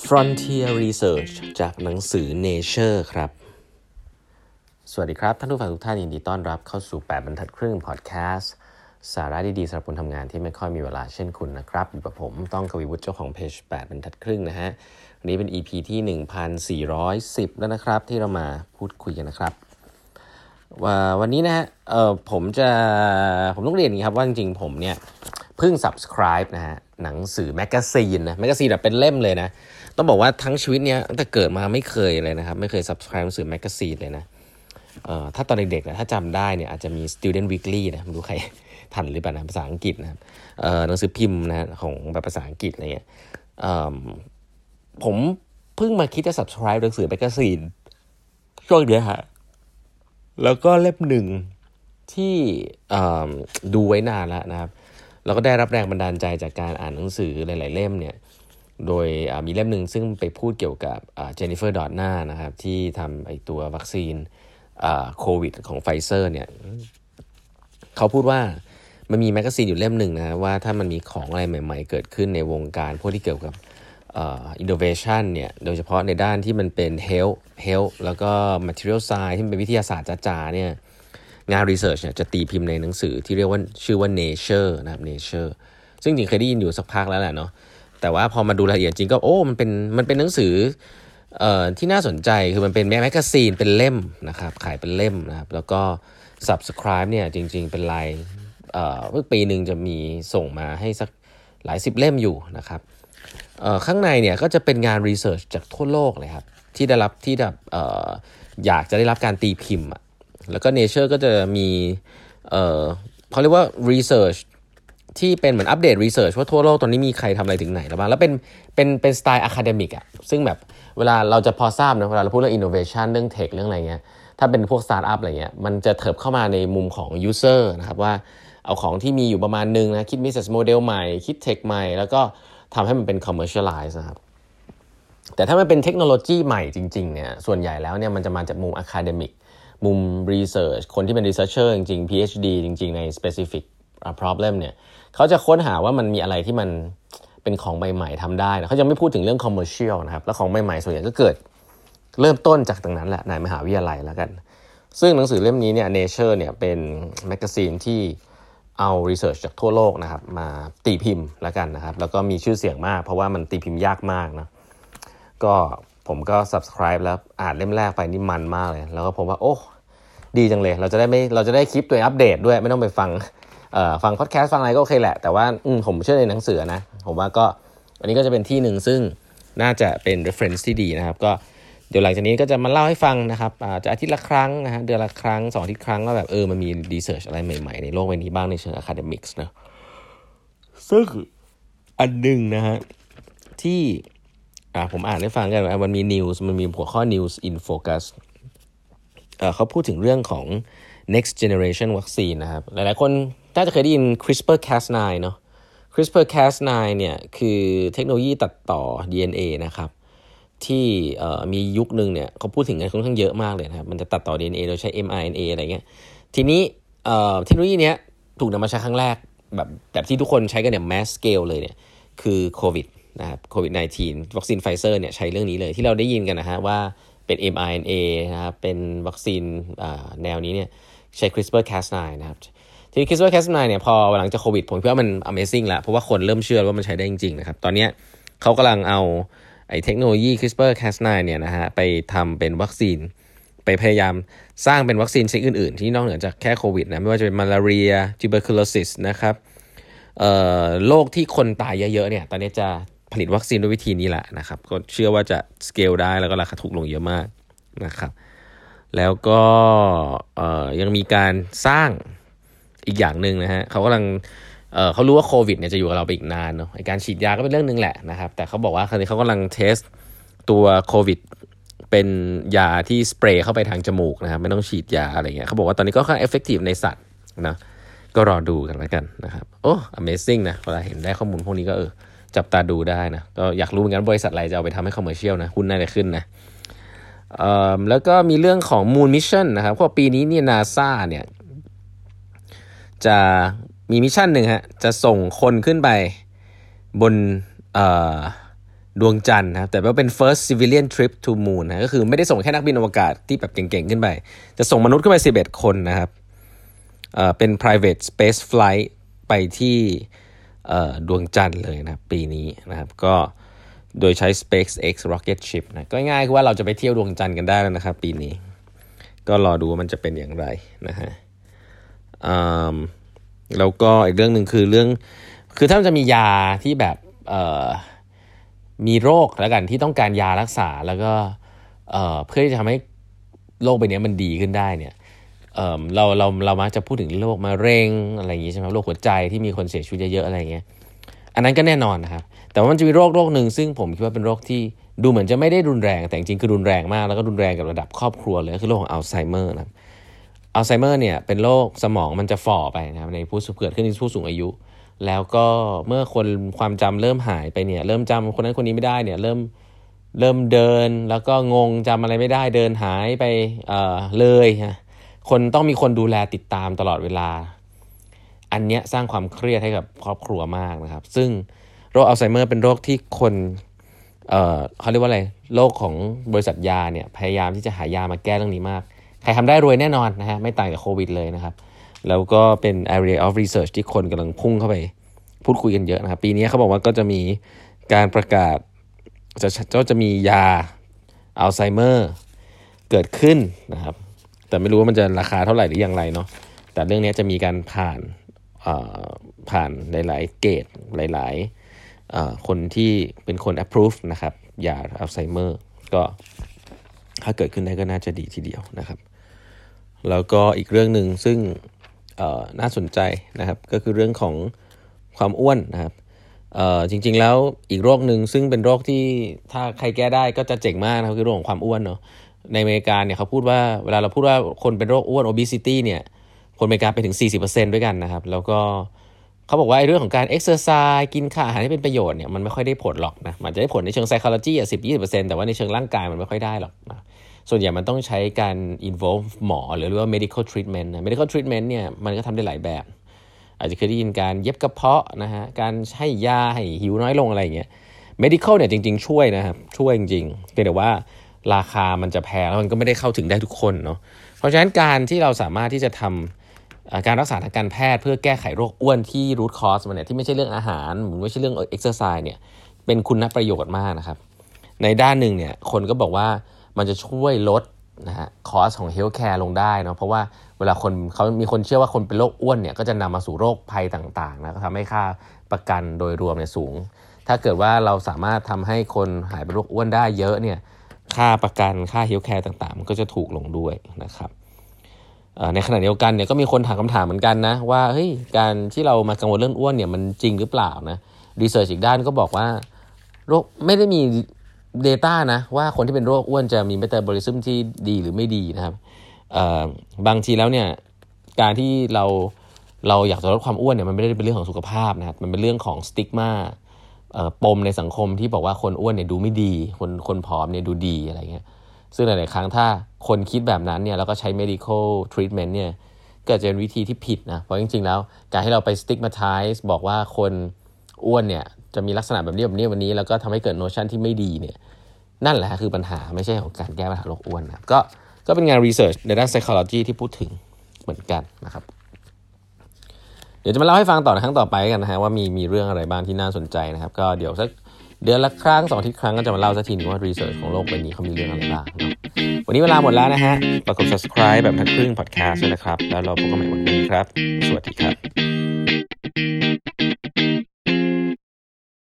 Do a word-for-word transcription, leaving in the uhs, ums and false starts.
Frontier Research จากหนังสือ Nature ครับสวัสดีครับท่านผู้ฟังทุกท่านยินดีต้อนรับเข้าสู่แปดบรรทัดครึ่งพอดแคสต์สาระดีๆสำหรับคนทำงานที่ไม่ค่อยมีเวลาเช่นคุณนะครับอยู่กับผมต้องกวีวุฒิเจ้าของเพจแปดบรรทัดครึ่งนะฮะวันนี้เป็น อี พี ที่ หนึ่งพันสี่ร้อยสิบ แล้วนะครับที่เรามาพูดคุยกันนะครับว่าวันนี้นะฮะเอ่อผมจะผมต้องเรียนอย่างนี้ครับว่าจริงๆผมเนี่ยเพิ่ง subscribe นะฮะหนังสือแมกกาซีนนะแมกกาซีนแบบเป็นเล่มเลยนะต้องบอกว่าทั้งชีวิตเนี้ยตั้งแต่เกิดมาไม่เคยเลยนะครับไม่เคย subscribe หนังสือแมกกาซีนเลยนะเอ่อถ้าตอนเด็กๆนะถ้าจำได้เนี่ยอาจจะมี Student Weekly นะไม่รู้ใครทันหรือเปล่านะภาษาอังกฤษนะครับเอ่อหนังสือพิมพ์นะของแบบภาษาอังกฤษอะไรเงี้ยเอ่อผมเพิ่งมาคิดจะ subscribe หนังสือแมกกาซีนช่วงเนี้ยฮะแล้วก็เล่มหนึ่งที่ดูไว้นานแล้วนะครับแล้วก็ได้รับแรงบันดาลใจจากการอ่านหนังสือหลายๆเล่มเนี่ยโดยมีเล่มหนึ่งซึ่งไปพูดเกี่ยวกับเจนนิเฟอร์ดอดน่านะครับที่ทำไอตัววัคซีนโควิดของไฟเซอร์เนี่ยเขาพูดว่ามันมีแมกกาซีนอยู่เล่มหนึ่งนะว่าถ้ามันมีของอะไรใหม่ๆเกิดขึ้นในวงการพวกที่เกี่ยวกับเอ่อ innovation เนี่ยโดยเฉพาะในด้านที่มันเป็น health health แล้วก็ material science ที่เป็นวิทยาศาสตร์จ๋าๆเนี่ยงาน research เนี่ยจะตีพิมพ์ในหนังสือที่เรียกว่าชื่อว่า Nature นะครับ Nature ซึ่งจริงเคยได้ยินอยู่สักพักแล้วแหละเนาะแต่ว่าพอมาดูรายละเอียดจริงก็โอ้มันเป็นมันเป็นหนังสือเอ่อที่น่าสนใจคือมันเป็นแมกกาซีนเป็นเล่มนะครับขายเป็นเล่มนะครับแล้วก็ subscribe เนี่ยจริงๆเป็นรายเอ่อปีนึงจะมีส่งมาให้สักหลายสิบเล่มอยู่นะครับเอ่อข้างในเนี่ยก็จะเป็นงาน research จากทั่วโลกเลยครับที่ได้รับที่แบบเอ่ออยากจะได้รับการตีพิมพ์แล้วก็ Nature ก็จะมีเอ่อเขาเรียกว่า research ที่เป็นเหมือนอัปเดต research ว่าทั่วโลกตอนนี้มีใครทำอะไรถึงไหนแล้วบ้างแล้วเป็นเป็นเป็นสไตล์ academic อ่ะซึ่งแบบเวลาเราจะพอทราบนะเวลาเราพูดเรื่อง innovation เรื่อง tech เรื่องอะไรเงี้ยถ้าเป็นพวก startup อะไรเงี้ยมันจะเถิบเข้ามาในมุมของ user นะครับว่าเอาของที่มีอยู่ประมาณนึงนะคิด business model ใหม่คิด tech ใหม่แล้วก็ทำให้มันเป็น commercialize นะครับแต่ถ้ามันเป็นเทคโนโลยีใหม่จริงๆเนี่ยส่วนใหญ่แล้วเนี่ยมันจะมาจากมุม academicมุม research คนที่เป็น researcher จริงๆ พี เอช ดี จริงๆใน specific problem เนี่ยเขาจะค้นหาว่ามันมีอะไรที่มันเป็นของใหม่ๆทำได้นะเขาจะไม่พูดถึงเรื่อง commercial นะครับแล้วของใหม่ๆส่วนใหญ่ก็เกิดเริ่มต้นจากตรงนั้นแหละในมหาวิทยาลัยแล้วกันซึ่งหนังสือเล่มนี้เนี่ย Nature เนี่ยเป็นแมกกาซีนที่เอา research จากทั่วโลกนะครับมาตีพิมพ์แล้วกันนะครับแล้วก็มีชื่อเสียงมากเพราะว่ามันตีพิมพ์ยากมากนะก็ผมก็ subscribe แล้วอ่านเล่มแรกไปนี่มันมากเลยแล้วก็ผมว่าโอ้ดีจังเลยเราจะได้ไม่เราจะได้คลิปตัวอัปเดตด้วยไม่ต้องไปฟังเอ่อฟังพอดแคสต์ฟังอะไรก็โอเคแหละแต่ว่าอืมผมเชื่อในหนังสือนะผมว่าก็อันนี้ก็จะเป็นที่หนึ่งซึ่งน่าจะเป็น reference ที่ดีนะครับก็เดี๋ยวหลังจากนี้ก็จะมาเล่าให้ฟังนะครับอาจจะอาทิตย์ละครั้งนะฮะเดือนละครั้งสองอาทิตย์ครั้งว่าแบบเออมันมี research อะไรใหม่ๆในโลกใบนี้บ้างในเชิง academics นะซึ่งอันหนึ่งนะฮะที่อ่าผมอ่านให้ฟังกันว่ามันมี news มันมีหัวข้อ news in focus เอ่อเขาพูดถึงเรื่องของ next generation วัคซีนนะครับหลายๆคนน่าจะเคยได้ยิน CRISPR แคส ไนน์ เนาะ CRISPR แคส ไนน์ เนี่ยคือเทคโนโลยีตัดต่อ ดี เอ็น เอ นะครับที่เอ่อมียุคนึงเนี่ยเขาพูดถึงกันค่อนข้างเยอะมากเลยนะครับมันจะตัดต่อ ดี เอ็น เอ โดยใช้ เอ็ม อาร์ เอ็น เอ อะไรเงี้ยทีนี้เอ่อเทคโนโลยีเนี้ยถูกนำมาใช้ครั้งแรกแบบแบบที่ทุกคนใช้กันเนี่ย mass scale เลยเนี่ยคือโควิดนะครับโควิด สิบเก้า วัคซีนไฟเซอร์เนี่ยใช้เรื่องนี้เลยที่เราได้ยินกันนะฮะว่าเป็น เอ็ม อาร์ เอ็น เอ นะครับเป็นวัคซีนแนวนี้เนี่ยใช้ CRISPR แคส ไนน์ นะครับที่ CRISPR แคส ไนน์ เนี่ยพอหลังจากโควิดผมคิดว่ามัน Amazing แล้วเพราะว่าคนเริ่มเชื่อว่ามันใช้ได้จริงๆนะครับตอนนี้เขากำลังเอาไอ้เทคโนโลยี CRISPR แคส ไนน์ เนี่ยนะฮะไปทำเป็นวัคซีนไปพยายามสร้างเป็นวัคซีนชนิดอื่นๆที่นอกเหนือจากแค่โควิดนะไม่ว่าจะเป็นมาลาเรีย tuberculosis นะครับเอ่อโรคที่คนตายเยอะๆเนี่ยตอนนี้จะผลิตวัคซีนด้วยวิธีนี้แหละนะครับก็เชื่อว่าจะสเกลได้แล้วก็ราคาถูกลงเยอะมากนะครับแล้วก็เอ่อยังมีการสร้างอีกอย่างนึงนะฮะเขากำลังเอ่อเขารู้ว่าโควิดเนี่ยจะอยู่กับเราไปอีกนานเนาะการฉีดยาก็เป็นเรื่องนึงแหละนะครับแต่เขาบอกว่าคราวนี้เขากำลังเทสตัวโควิดเป็นยาที่สเปรย์เข้าไปทางจมูกนะครับไม่ต้องฉีดยาอะไรเงี้ยเขาบอกว่าตอนนี้ก็ค่อนข้างเอฟเฟกตีฟในสัตว์นะก็รอดูกันแล้วกันนะครับโอ้ Amazing นะเวลาเห็นได้ข้อมูลพวกนี้ก็เออจับตาดูได้นะก็อยากรู้เหมือนกันบริษัทอะไรจะเอาไปทำให้คอมเมอร์เชียลนะหุ้นน่าจะขึ้นนะเอ่อแล้วก็มีเรื่องของ Moon Mission นะครับเพราะปีนี้เนี่ย NASA เนี่ยจะมีมิชชั่นหนึ่งฮะจะส่งคนขึ้นไปบนเอ่อดวงจันทร์นะครับแต่ว่าเป็น first civilian trip to moon นะก็คือไม่ได้ส่งแค่นักบินอวกาศที่แบบเก่งๆขึ้นไปจะส่งมนุษย์ขึ้นไปสิบเอ็ดคนนะครับเอ่อเป็น private space flight ไปที่เอ่อดวงจันทร์เลยนะครับปีนี้นะครับก็โดยใช้ SpaceX rocket ship นะก็ง่ายๆคือว่าเราจะไปเที่ยวดวงจันทร์กันได้แล้วนะครับปีนี้ก็รอดูว่ามันจะเป็นอย่างไรนะฮะอืมแล้วก็อีกเรื่องนึงคือเรื่องคือถ้ามันจะมียาที่แบบเอ่อมีโรคแล้วกันที่ต้องการยารักษาแล้วก็เอ่อเพื่อที่จะทำให้โรคใบนี้มันดีขึ้นได้เนี่ยเอ่อเราเราเรามักจะพูดถึงโรคมะเร็งอะไรอย่างงี้ใช่ไหมโรคหัวใจที่มีคนเสียชีวิตเยอะๆอะไรอย่างเงี้ยอันนั้นก็แน่นอนนะครับแต่ว่ามันจะมีโรคโรคนึงซึ่งผมคิดว่าเป็นโรคที่ดูเหมือนจะไม่ได้รุนแรงแต่จริงๆคือรุนแรงมากแล้วก็รุนแรงกับระดับครอบครัวเลยคือโรคของอัลไซเมอร์นะครับอัลไซเมอร์เนี่ยเป็นโรคสมองมันจะฝ่อไปนะครับในผู้เกิดขึ้นในผู้สูงอายุแล้วก็เมื่อคนความจำเริ่มหายไปเนี่ยเริ่มจำคนนั้นคนนี้ไม่ได้เนี่ยเริ่มเริ่มเดินแล้วก็งงจำอะไรไม่ได้เดินหายไปเอ่อเลยนะคนต้องมีคนดูแลติดตามตลอดเวลาอันเนี้ยสร้างความเครียดให้กับครอบครัวมากนะครับซึ่งโรคอัลไซเมอร์เป็นโรคที่คนเอ่อเขาเรียกว่าอะไรโรคของบริษัทยาเนี่ยพยายามที่จะหายามาแก้เรื่องนี้มากใครทำได้รวยแน่นอนนะฮะไม่ต่างจากโควิดเลยนะครับแล้วก็เป็น area of research ที่คนกำลังพุ่งเข้าไปพูดคุยกันเยอะนะครับปีนี้เขาบอกว่าก็จะมีการประกาศจะก็จะมียาอัลไซเมอร์เกิดขึ้นนะครับแต่ไม่รู้ว่ามันจะราคาเท่าไหร่หรืออย่างไรเนาะแต่เรื่องนี้จะมีการผ่านผ่านหลายๆเกรดหลายๆคนที่เป็นคน approve นะครับยาอัลไซเมอร์ก็ถ้าเกิดขึ้นได้ก็น่าจะดีทีเดียวนะครับแล้วก็อีกเรื่องนึงซึ่งน่าสนใจนะครับก็คือเรื่องของความอ้วนนะครับจริงๆแล้วอีกโรคนึงซึ่งเป็นโรคที่ถ้าใครแก้ได้ก็จะเจ๋งมากนะครับคือโรคของความอ้วนเนาะในอเมริกาเนี่ยเขาพูดว่าเวลาเราพูดว่าคนเป็นโรคอ้วน obesity เนี่ยคนอเมริกาไปถึง สี่สิบเปอร์เซ็นต์ ด้วยกันนะครับแล้วก็เขาบอกว่าไอ้เรื่องของการ exercise กินข้าวอาหารที่เป็นประโยชน์เนี่ยมันไม่ค่อยได้ผลหรอกนะมันจะได้ผลในเชิง psychology อ่ะ สิบถึงยี่สิบเปอร์เซ็นต์ แต่ว่าในเชิงร่างกายมันไม่ค่อยได้หรอกนะส่วนใหญ่มันต้องใช้การ involve หมอหรือเรียกว่า medical treatment นะ medical treatment เนี่ยมันก็ทำได้หลายแบบอาจจะเคยได้ยินการเย็บกระเพาะนะฮะการให้ยาให้หิวน้อยลงอะไรอย่างเงี้ย medical เนี่ยจริงๆช่วยนะครับช่วยจริงๆเพียงแต่ว่าราคามันจะแพงแล้วมันก็ไม่ได้เข้าถึงได้ทุกคนเนาะเพราะฉะนั้นการที่เราสามารถที่จะทำการรักษาทางการแพทย์เพื่อแก้ไขโรคอ้วนที่ root cause มันเนี่ยที่ไม่ใช่เรื่องอาหารหรือไม่ใช่เรื่อง exercise เนี่ยเป็นคุณประโยชน์มากนะครับในด้านหนึ่งเนี่ยคนก็บอกว่ามันจะช่วยลดนะฮะคอสของ healthcare ลงได้เนาะเพราะว่าเวลาคนเขามีคนเชื่อว่าคนเป็นโรคอ้วนเนี่ยก็จะนำมาสู่โรคภัยต่างๆนะก็ทำให้ค่าประกันโดยรวมเนี่ยสูงถ้าเกิดว่าเราสามารถทำให้คนหายเป็นโรคอ้วนได้เยอะเนี่ยค่าประกันค่า healthcare ต่างๆมันก็จะถูกลงด้วยนะครับในขณะเดียวกันเนี่ยก็มีคนถามคำถามเหมือนกันนะว่าเฮ้ยการที่เรามากังวลเรื่องอ้วนเนี่ยมันจริงหรือเปล่านะรีเสิร์ชอีกด้านก็บอกว่าโรคไม่ได้มีdata นะว่าคนที่เป็นโรคอ้วนจะมีเมตาบอลิซึมที่ดีหรือไม่ดีนะครับบางทีแล้วเนี่ยการที่เราเราอยากจะลดความอ้วนเนี่ยมันไม่ได้เป็นเรื่องของสุขภาพนะครับมันเป็นเรื่องของสติ๊กมาปมในสังคมที่บอกว่าคนอ้วนเนี่ยดูไม่ดีคนคนผอมเนี่ยดูดีอะไรเงี้ยซึ่งหลายๆครั้งถ้าคนคิดแบบนั้นเนี่ยแล้วก็ใช้ medical treatment เนี่ยก็จะเป็นวิธีที่ผิดนะเพราะจริงๆแล้วการให้เราไป stigmatize บอกว่าคนอ้วนเนี่ยจะมีลักษณะแบบนี้แบบนี้วันนี้แล้วก็ทำให้เกิด notion ที่ไม่ดีเนี่ยนั่นแหละคือปัญหาไม่ใช่ของการแก้ปัญหาโรคอ้วนนะก็ก็เป็นงาน research ในด้าน psychology ที่พูดถึงเหมือนกันนะครับเดี๋ยวจะมาเล่าให้ฟังต่อในครั้งต่อไปกันนะฮะว่ามีมีเรื่องอะไรบ้างที่น่าสนใจนะครับก็เดี๋ยวสักเดือนละครั้งสองอาทิตย์ครั้งก็จะมาเล่าสักทีนึงว่า research ของโลกใบนี้เขามีเรื่องอะไรบ้างนะวันนี้เวลาหมดแล้วนะฮะฝากกด subscribe แบบทักครึ่ง podcast ด้วยนะครับแล้วเราพบกันใหม่วันนี้ครับสวัสดีครับ